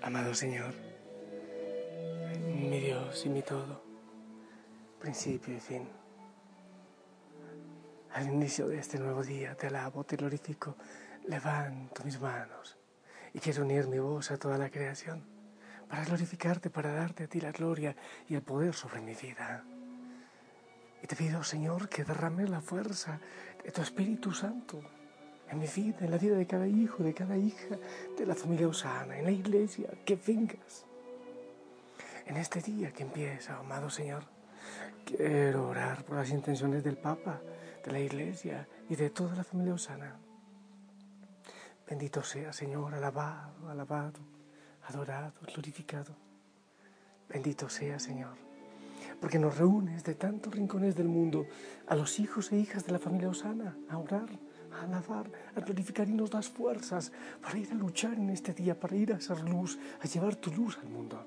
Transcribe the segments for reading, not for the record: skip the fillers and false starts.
Amado Señor, mi Dios y mi todo, principio y fin. Al inicio de este nuevo día te alabo, te glorifico, levanto mis manos y quiero unir mi voz a toda la creación para glorificarte, para darte a ti la gloria y el poder sobre mi vida. Y te pido, Señor, que derrames la fuerza de tu Espíritu Santo en mi vida, en la vida de cada hijo, de cada hija, de la familia Osana, en la iglesia, que vengas. En este día que empieza, amado Señor, quiero orar por las intenciones del Papa, de la iglesia y de toda la familia Osana. Bendito sea, Señor, alabado, alabado, adorado, glorificado. Bendito sea, Señor, porque nos reúnes de tantos rincones del mundo a los hijos e hijas de la familia Osana a orar, a alabar, a glorificar y nos das fuerzas para ir a luchar en este día, para ir a hacer luz, a llevar tu luz al mundo.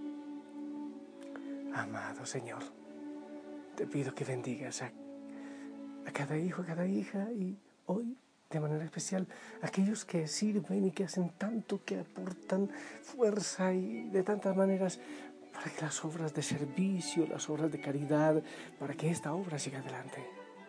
Amado Señor, te pido que bendigas a cada hijo, a cada hija y hoy de manera especial aquellos que sirven y que hacen tanto, que aportan fuerza y de tantas maneras para que las obras de servicio, las obras de caridad, para que esta obra siga adelante.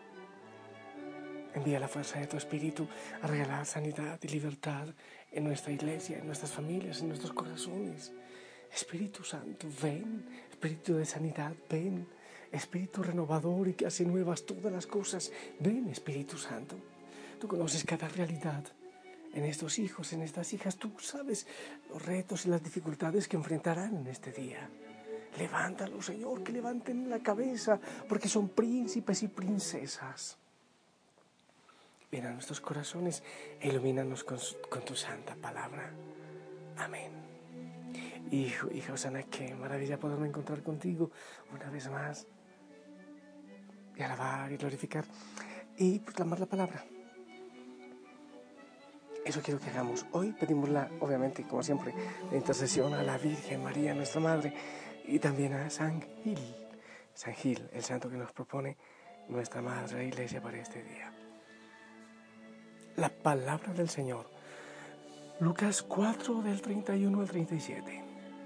Envía la fuerza de tu Espíritu a regalar sanidad y libertad en nuestra iglesia, en nuestras familias, en nuestros corazones. Espíritu Santo, ven. Espíritu de sanidad, ven. Espíritu renovador y que hace nuevas todas las cosas, ven, Espíritu Santo. Tú conoces cada realidad en estos hijos, en estas hijas. Tú sabes los retos y las dificultades que enfrentarán en este día. Levántalos, Señor, que levanten la cabeza, porque son príncipes y princesas. Ven a nuestros corazones e ilumínanos con tu santa palabra. Amén. Hijo, hija Osana, qué maravilla poderme encontrar contigo una vez más y alabar y glorificar y proclamar la palabra. Eso quiero que hagamos. Hoy pedimos obviamente, como siempre, la intercesión a la Virgen María, nuestra Madre, y también a San Gil, el santo que nos propone nuestra Madre, la Iglesia, para este día. La palabra del Señor. Lucas 4, del 31 al 37.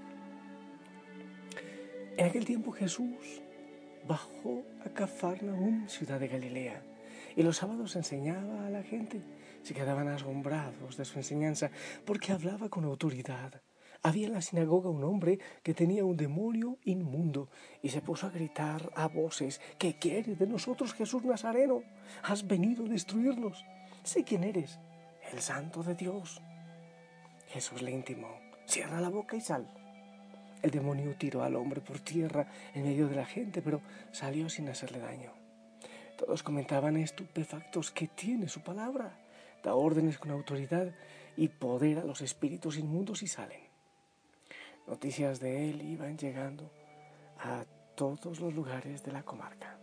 En aquel tiempo Jesús bajó a Cafarnaúm, ciudad de Galilea, y los sábados enseñaba a la gente. Se quedaban asombrados de su enseñanza, porque hablaba con autoridad. Había en la sinagoga un hombre que tenía un demonio inmundo, y se puso a gritar a voces: ¿Qué quieres de nosotros, Jesús Nazareno? ¿Has venido a destruirnos? Sé quién eres, el Santo de Dios. Jesús le intimó: cierra la boca y sal. El demonio tiró al hombre por tierra en medio de la gente, pero salió sin hacerle daño. Todos comentaban estupefactos que tiene su palabra. Da órdenes con autoridad y poder a los espíritus inmundos y salen. Noticias de él iban llegando a todos los lugares de la comarca.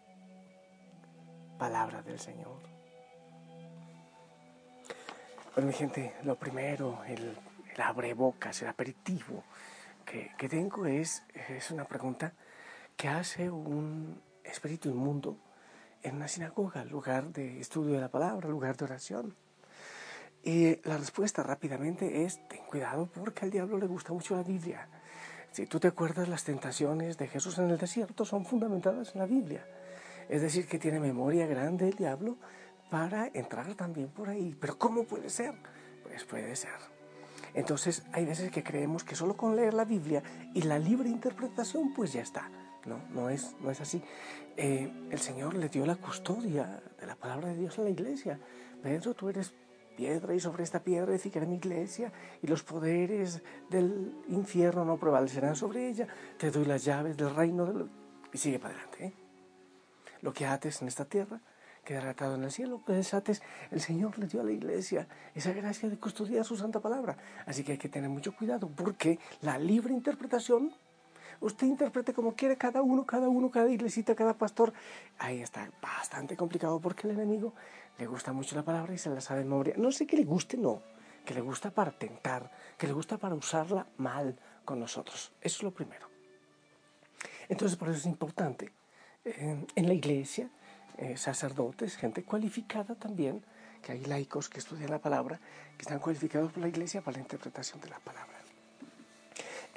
Palabra del Señor. Bueno, mi gente, lo primero, el abrebocas, el aperitivo que tengo es una pregunta que hace un espíritu inmundo en una sinagoga, lugar de estudio de la palabra, lugar de oración. Y la respuesta rápidamente es: ten cuidado, porque al diablo le gusta mucho la Biblia. Si tú te acuerdas, las tentaciones de Jesús en el desierto son fundamentadas en la Biblia. Es decir, que tiene memoria grande el diablo para entrar también por ahí. ¿Pero cómo puede ser? Pues puede ser. Entonces hay veces que creemos que solo con leer la Biblia y la libre interpretación pues ya está. No es así. El Señor le dio la custodia de la palabra de Dios a la iglesia. Pedro, tú eres piedra y sobre esta piedra edificaré mi iglesia y los poderes del infierno no prevalecerán sobre ella. Te doy las llaves del reino y sigue para adelante. Lo que ates en esta tierra quedará atado en el cielo. Lo que desates, el Señor le dio a la iglesia esa gracia de custodiar su santa palabra. Así que hay que tener mucho cuidado, porque la libre interpretación, usted interprete como quiere, cada uno, cada iglesita, cada pastor. Ahí está bastante complicado, porque el enemigo le gusta mucho la palabra y se la sabe de memoria. No sé que le guste, no, que le gusta para tentar, que le gusta para usarla mal con nosotros. Eso es lo primero. Entonces, por eso es importante en la iglesia, sacerdotes, gente cualificada también, que hay laicos que estudian la palabra, que están cualificados por la iglesia para la interpretación de la palabra.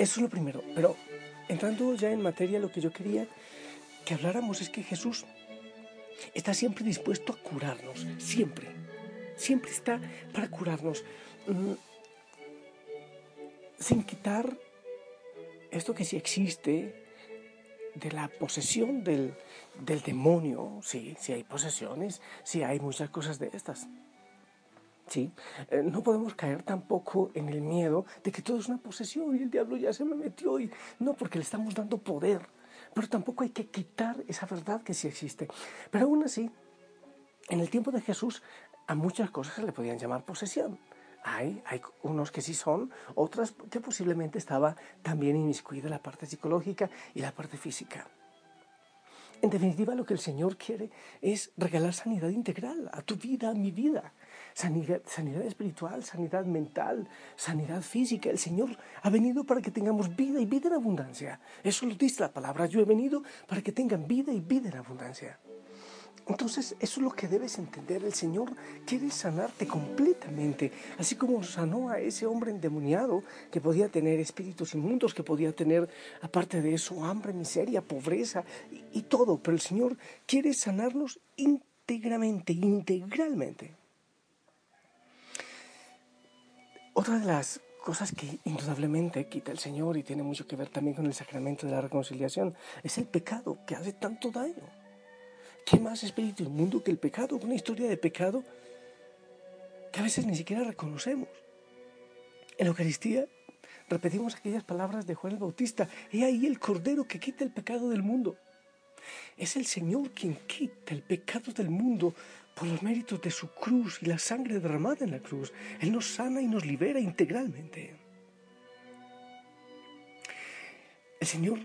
Eso es lo primero. Pero entrando ya en materia, lo que yo quería que habláramos es que Jesús está siempre dispuesto a curarnos, siempre está para curarnos, sin quitar esto que sí existe de la posesión del demonio. Sí hay posesiones, sí hay muchas cosas de estas. Sí, no podemos caer tampoco en el miedo de que todo es una posesión y el diablo ya se me metió. No, porque le estamos dando poder, pero tampoco hay que quitar esa verdad que sí existe. Pero aún así, en el tiempo de Jesús, a muchas cosas se le podían llamar posesión. Hay unos que sí son, otras que posiblemente estaba también inmiscuida la parte psicológica y la parte física. En definitiva, lo que el Señor quiere es regalar sanidad integral a tu vida, a mi vida. Sanidad espiritual, sanidad mental, sanidad física. El Señor ha venido para que tengamos vida y vida en abundancia. Eso lo dice la palabra. Yo he venido para que tengan vida y vida en abundancia. Entonces, eso es lo que debes entender. El Señor quiere sanarte completamente, así como sanó a ese hombre endemoniado que podía tener espíritus inmundos, que podía tener, aparte de eso, hambre, miseria, pobreza y todo. Pero el Señor quiere sanarnos íntegramente, integralmente. Otra de las cosas que indudablemente quita el Señor y tiene mucho que ver también con el sacramento de la reconciliación es el pecado, que hace tanto daño. ¿Qué más espíritu inmundo que el pecado? Una historia de pecado que a veces ni siquiera reconocemos. En la Eucaristía repetimos aquellas palabras de Juan el Bautista: he ahí el Cordero que quita el pecado del mundo. Es el Señor quien quita el pecado del mundo por los méritos de su cruz y la sangre derramada en la cruz. Él nos sana y nos libera integralmente. El Señor,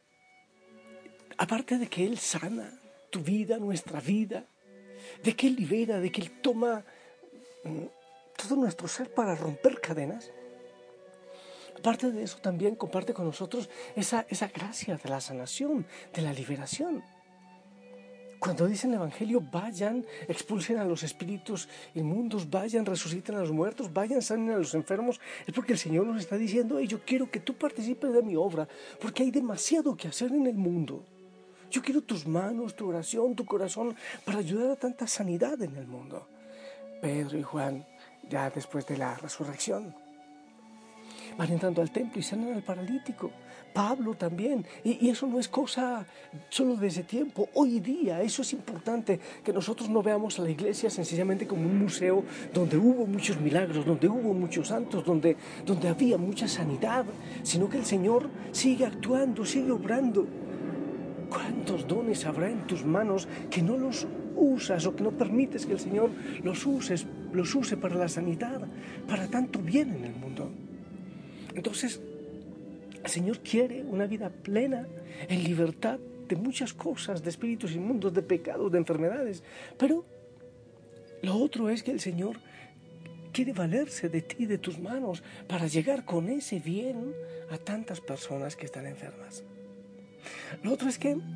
aparte de que Él sana tu vida, nuestra vida, de que Él libera, de que Él toma todo nuestro ser para romper cadenas, aparte de eso también comparte con nosotros esa gracia de la sanación, de la liberación. Cuando dice en el Evangelio: vayan, expulsen a los espíritus inmundos, vayan, resuciten a los muertos, vayan, sanen a los enfermos, es porque el Señor nos está diciendo: yo quiero que tú participes de mi obra, porque hay demasiado que hacer en el mundo. Yo quiero tus manos, tu oración, tu corazón, para ayudar a tanta sanidad en el mundo. Pedro y Juan, ya después de la resurrección, van entrando al templo y sanan al paralítico. Pablo también. Y eso no es cosa solo de ese tiempo. Hoy día eso es importante, que nosotros no veamos a la iglesia sencillamente como un museo donde hubo muchos milagros, donde hubo muchos santos, donde había mucha sanidad, sino que el Señor sigue actuando, sigue obrando. ¿Cuántos dones habrá en tus manos que no los usas o que no permites que el Señor los use para la sanidad, para tanto bien en el mundo? Entonces, el Señor quiere una vida plena, en libertad de muchas cosas, de espíritus inmundos, de pecados, de enfermedades. Pero lo otro es que el Señor quiere valerse de ti, de tus manos, para llegar con ese bien a tantas personas que están enfermas. Lo otro es que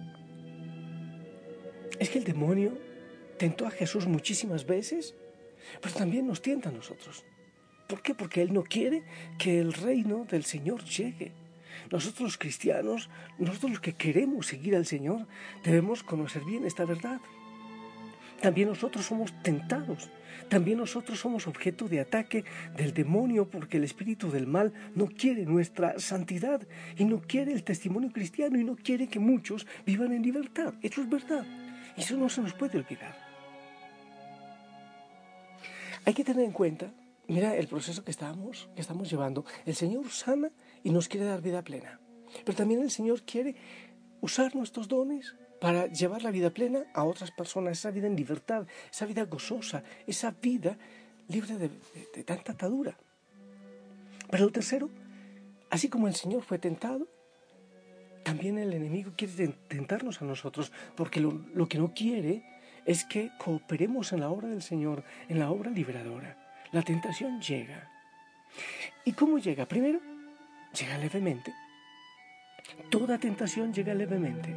el demonio tentó a Jesús muchísimas veces, pero también nos tienta a nosotros. ¿Por qué? Porque Él no quiere que el reino del Señor llegue. Nosotros los cristianos, nosotros los que queremos seguir al Señor, debemos conocer bien esta verdad. También nosotros somos tentados, también nosotros somos objeto de ataque del demonio, porque el espíritu del mal no quiere nuestra santidad y no quiere el testimonio cristiano y no quiere que muchos vivan en libertad. Eso es verdad y eso no se nos puede olvidar. Hay que tener en cuenta, mira el proceso que estamos llevando. El Señor sana y nos quiere dar vida plena, pero también el Señor quiere usar nuestros dones para llevar la vida plena a otras personas, esa vida en libertad, esa vida gozosa, esa vida libre de tanta atadura. Pero lo tercero, así como el Señor fue tentado, también el enemigo quiere tentarnos a nosotros, porque lo que no quiere es que cooperemos en la obra del Señor, en la obra liberadora. La tentación llega. ¿Y cómo llega? Primero, llega levemente. Toda tentación llega levemente.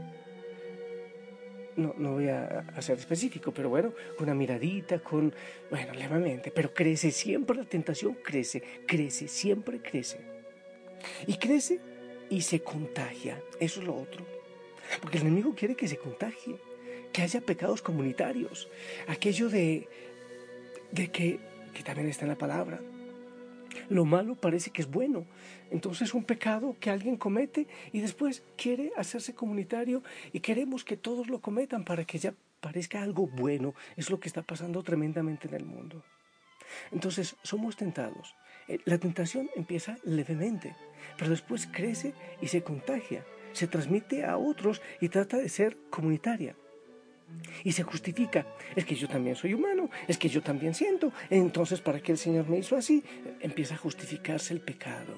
No voy a ser específico, pero bueno, con una miradita, levemente, pero crece siempre la tentación, crece, siempre crece. Y crece y se contagia. Eso es lo otro. Porque el enemigo quiere que se contagie, que haya pecados comunitarios. Aquello de que también está en la palabra. Lo malo parece que es bueno. Entonces un pecado que alguien comete y después quiere hacerse comunitario y queremos que todos lo cometan para que ya parezca algo bueno. Es lo que está pasando tremendamente en el mundo. Entonces somos tentados. La tentación empieza levemente, pero después crece y se contagia, se transmite a otros y trata de ser comunitaria. Y se justifica, es que yo también soy humano, es que yo también siento, entonces ¿para qué el Señor me hizo así? Empieza a justificarse el pecado.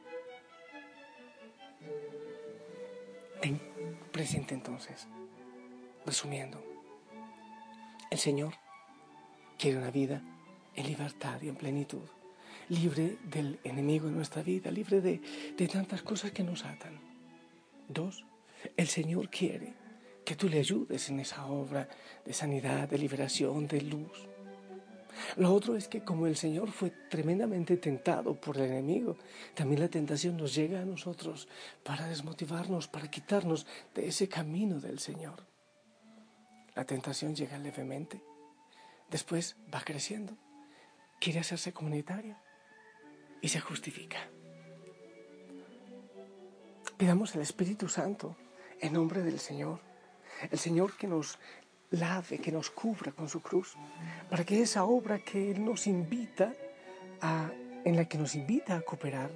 Ten presente entonces, resumiendo, el Señor quiere una vida en libertad y en plenitud, libre del enemigo en nuestra vida, libre de tantas cosas que nos atan. 2, el Señor quiere que tú le ayudes en esa obra de sanidad, de liberación, de luz. Lo otro es que como el Señor fue tremendamente tentado por el enemigo, también la tentación nos llega a nosotros para desmotivarnos, para quitarnos de ese camino del Señor. La tentación llega levemente, después va creciendo, quiere hacerse comunitaria y se justifica. Pidamos al Espíritu Santo en nombre del Señor. El Señor que nos lave, que nos cubra con su cruz, para que esa obra que Él nos invita en la que nos invita a cooperar,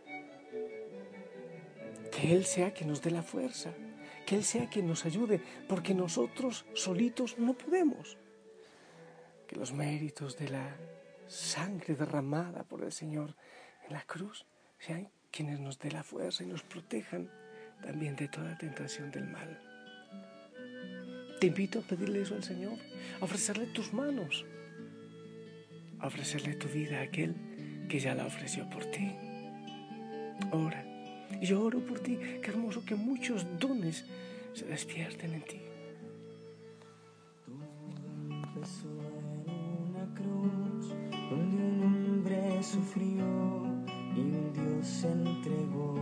que Él sea quien nos dé la fuerza, que Él sea quien nos ayude, porque nosotros solitos no podemos. Que los méritos de la sangre derramada por el Señor en la cruz sean quienes nos dé la fuerza y nos protejan también de toda tentación del mal. Te invito a pedirle eso al Señor, a ofrecerle tus manos, a ofrecerle tu vida a aquel que ya la ofreció por ti. Ora, y yo oro por ti, qué hermoso que muchos dones se despierten en ti. Empezó en una cruz donde un hombre sufrió y un Dios se entregó.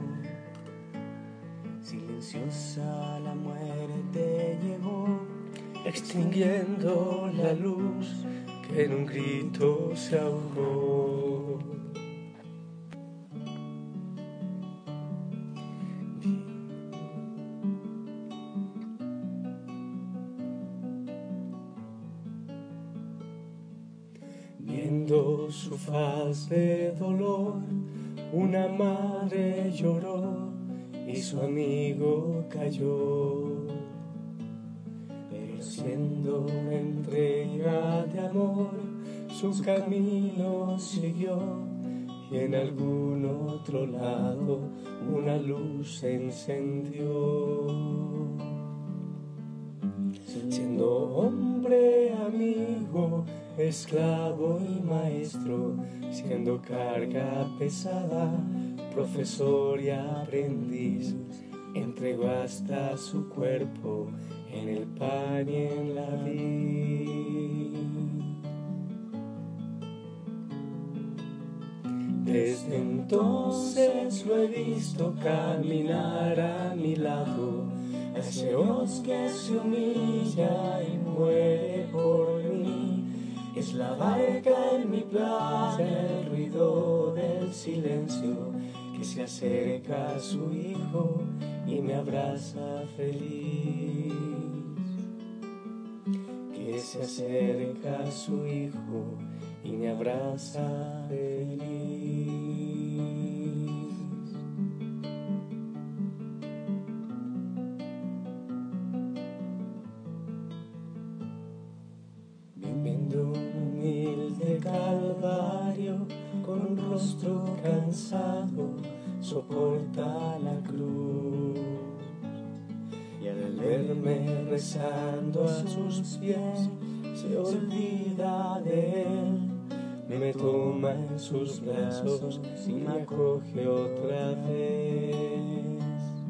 Silenciosa la muerte llegó, Extinguiendo la luz que en un grito se ahogó. Viendo su faz de dolor, una madre lloró y su amigo cayó. Pero siendo entrega de amor, su camino siguió y en algún otro lado una luz se encendió. Siendo hombre, amigo, esclavo y maestro, siendo carga pesada, profesor y aprendiz, entregó hasta su cuerpo en el pan y en la vid. Desde entonces lo he visto caminar a mi lado, a ese Dios que se humilla y muere por mí. Es la barca en mi playa, el ruido del silencio, que se acerca a su hijo y me abraza feliz. Que se acerca a su hijo y me abraza feliz. Viendo un humilde calvario con un rostro cansado, soporta la cruz. Y al verme rezando a sus pies, se olvida de él. Me toma en sus brazos y me acoge otra vez.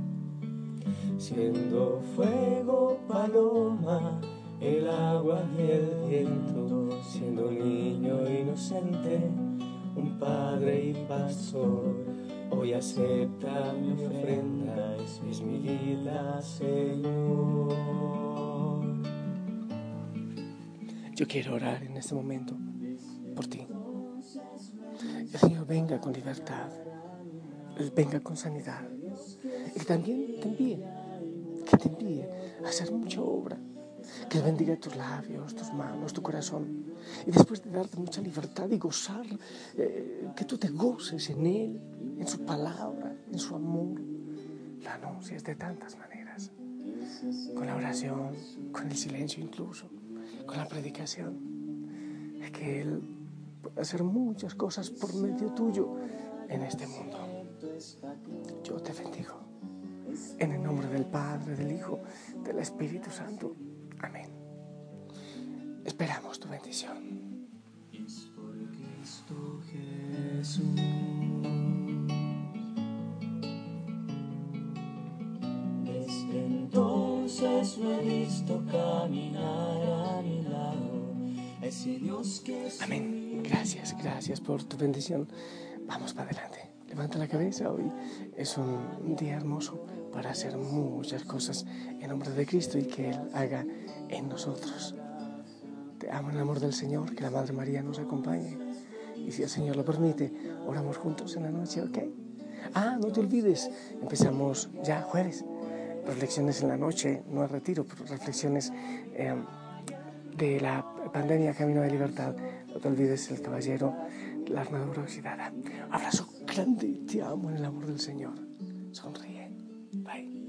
Siendo fuego, paloma, el agua y el viento, siendo niño inocente, un Padre y Pastor. Hoy acepta mi ofrenda, es mi vida, Señor. Yo quiero orar en este momento por ti. El Señor venga con libertad, Él venga con sanidad, y también te envíe a hacer mucha obra, que Él bendiga tus labios, tus manos, tu corazón, y después de darte mucha libertad y gozar, que tú te goces en Él, en su palabra, en su amor. La anuncias de tantas maneras, con la oración, con el silencio incluso, con la predicación, es que Él puede hacer muchas cosas por medio tuyo en este mundo. Yo te bendigo, en el nombre del Padre, del Hijo, del Espíritu Santo. Amén. Esperamos tu bendición. Es por Cristo Jesús. Desde entonces lo he visto caminar a mi lado. Ese Dios que Amén. Gracias por tu bendición. Vamos para adelante. Levanta la cabeza. Hoy es un día hermoso para hacer muchas cosas en nombre de Cristo y que Él haga en nosotros. Te amo en el amor del Señor, que la Madre María nos acompañe. Y si el Señor lo permite, oramos juntos en la noche, ¿ok? No te olvides, empezamos ya jueves. Reflexiones en la noche, no es retiro, pero reflexiones de la pandemia Camino de Libertad. No te olvides el caballero, la armadura oxidada. Abrazo grande, te amo en el amor del Señor. Sonríe. Bye.